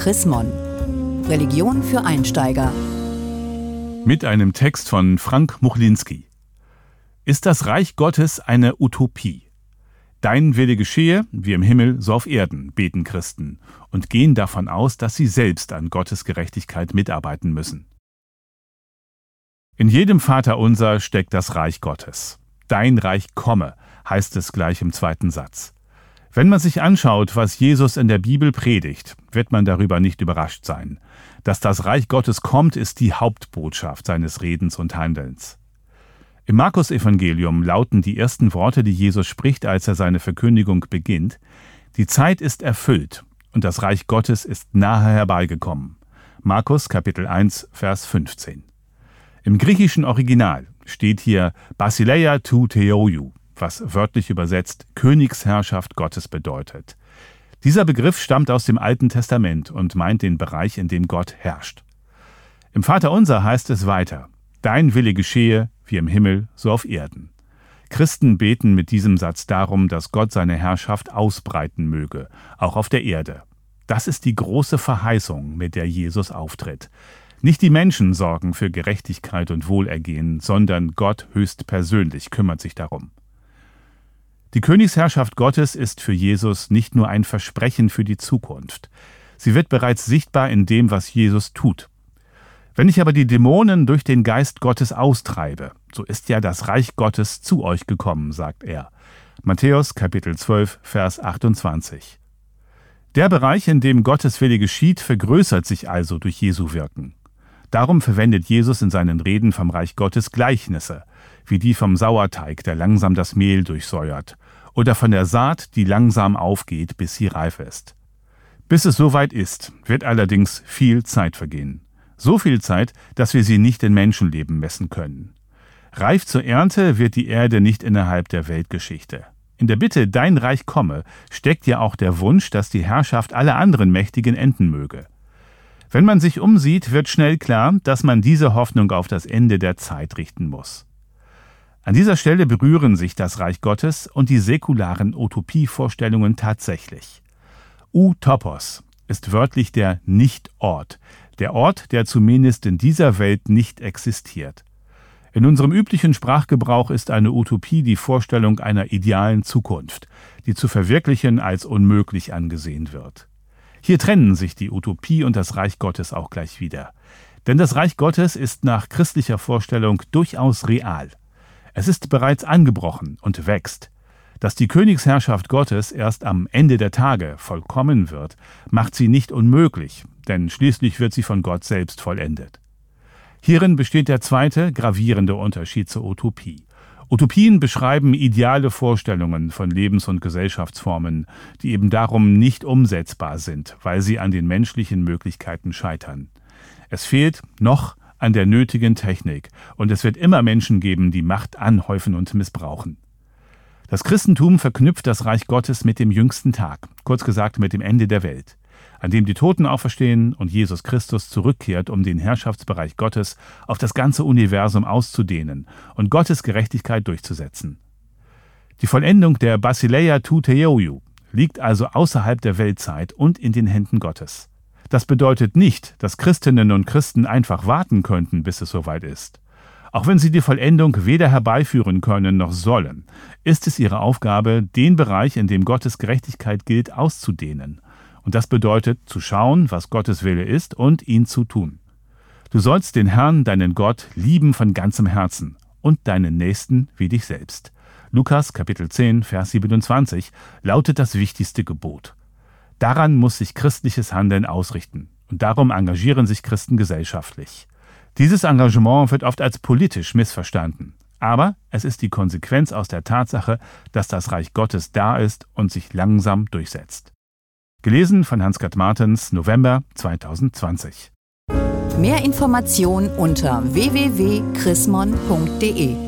Chris Mon. Religion für Einsteiger. Mit einem Text von Frank Muchlinski. Ist das Reich Gottes eine Utopie? Dein Wille geschehe, wie im Himmel, so auf Erden, beten Christen und gehen davon aus, dass sie selbst an Gottes Gerechtigkeit mitarbeiten müssen. In jedem Vaterunser steckt das Reich Gottes. Dein Reich komme, heißt es gleich im zweiten Satz. Wenn man sich anschaut, was Jesus in der Bibel predigt, wird man darüber nicht überrascht sein. Dass das Reich Gottes kommt, ist die Hauptbotschaft seines Redens und Handelns. Im Markus-Evangelium lauten die ersten Worte, die Jesus spricht, als er seine Verkündigung beginnt: Die Zeit ist erfüllt und das Reich Gottes ist nahe herbeigekommen. Markus Kapitel 1, Vers 15. Im griechischen Original steht hier Basileia tou theouou, was wörtlich übersetzt Königsherrschaft Gottes bedeutet. Dieser Begriff stammt aus dem Alten Testament und meint den Bereich, in dem Gott herrscht. Im Vaterunser heißt es weiter: Dein Wille geschehe, wie im Himmel, so auf Erden. Christen beten mit diesem Satz darum, dass Gott seine Herrschaft ausbreiten möge, auch auf der Erde. Das ist die große Verheißung, mit der Jesus auftritt. Nicht die Menschen sorgen für Gerechtigkeit und Wohlergehen, sondern Gott höchstpersönlich kümmert sich darum. Die Königsherrschaft Gottes ist für Jesus nicht nur ein Versprechen für die Zukunft. Sie wird bereits sichtbar in dem, was Jesus tut. Wenn ich aber die Dämonen durch den Geist Gottes austreibe, so ist ja das Reich Gottes zu euch gekommen, sagt er. Matthäus Kapitel 12, Vers 28. Der Bereich, in dem Gottes Wille geschieht, vergrößert sich also durch Jesu Wirken. Darum verwendet Jesus in seinen Reden vom Reich Gottes Gleichnisse, wie die vom Sauerteig, der langsam das Mehl durchsäuert, oder von der Saat, die langsam aufgeht, bis sie reif ist. Bis es soweit ist, wird allerdings viel Zeit vergehen. So viel Zeit, dass wir sie nicht in Menschenleben messen können. Reif zur Ernte wird die Erde nicht innerhalb der Weltgeschichte. In der Bitte, dein Reich komme, steckt ja auch der Wunsch, dass die Herrschaft aller anderen Mächtigen enden möge. Wenn man sich umsieht, wird schnell klar, dass man diese Hoffnung auf das Ende der Zeit richten muss. An dieser Stelle berühren sich das Reich Gottes und die säkularen Utopievorstellungen tatsächlich. Utopos ist wörtlich der Nicht-Ort, der Ort, der zumindest in dieser Welt nicht existiert. In unserem üblichen Sprachgebrauch ist eine Utopie die Vorstellung einer idealen Zukunft, die zu verwirklichen als unmöglich angesehen wird. Hier trennen sich die Utopie und das Reich Gottes auch gleich wieder. Denn das Reich Gottes ist nach christlicher Vorstellung durchaus real. Es ist bereits angebrochen und wächst. Dass die Königsherrschaft Gottes erst am Ende der Tage vollkommen wird, macht sie nicht unmöglich, denn schließlich wird sie von Gott selbst vollendet. Hierin besteht der zweite, gravierende Unterschied zur Utopie. Utopien beschreiben ideale Vorstellungen von Lebens- und Gesellschaftsformen, die eben darum nicht umsetzbar sind, weil sie an den menschlichen Möglichkeiten scheitern. Es fehlt noch an der nötigen Technik und es wird immer Menschen geben, die Macht anhäufen und missbrauchen. Das Christentum verknüpft das Reich Gottes mit dem jüngsten Tag, kurz gesagt mit dem Ende der Welt, an dem die Toten auferstehen und Jesus Christus zurückkehrt, um den Herrschaftsbereich Gottes auf das ganze Universum auszudehnen und Gottes Gerechtigkeit durchzusetzen. Die Vollendung der Basileia tou theouou liegt also außerhalb der Weltzeit und in den Händen Gottes. Das bedeutet nicht, dass Christinnen und Christen einfach warten könnten, bis es soweit ist. Auch wenn sie die Vollendung weder herbeiführen können noch sollen, ist es ihre Aufgabe, den Bereich, in dem Gottes Gerechtigkeit gilt, auszudehnen. Und das bedeutet, zu schauen, was Gottes Wille ist und ihn zu tun. Du sollst den Herrn, deinen Gott, lieben von ganzem Herzen und deinen Nächsten wie dich selbst. Lukas Kapitel 10, Vers 27 lautet das wichtigste Gebot. Daran muss sich christliches Handeln ausrichten und darum engagieren sich Christen gesellschaftlich. Dieses Engagement wird oft als politisch missverstanden, aber es ist die Konsequenz aus der Tatsache, dass das Reich Gottes da ist und sich langsam durchsetzt. Gelesen von Hans-Gerd Martens, November 2020. Mehr Informationen unter www.chrismon.de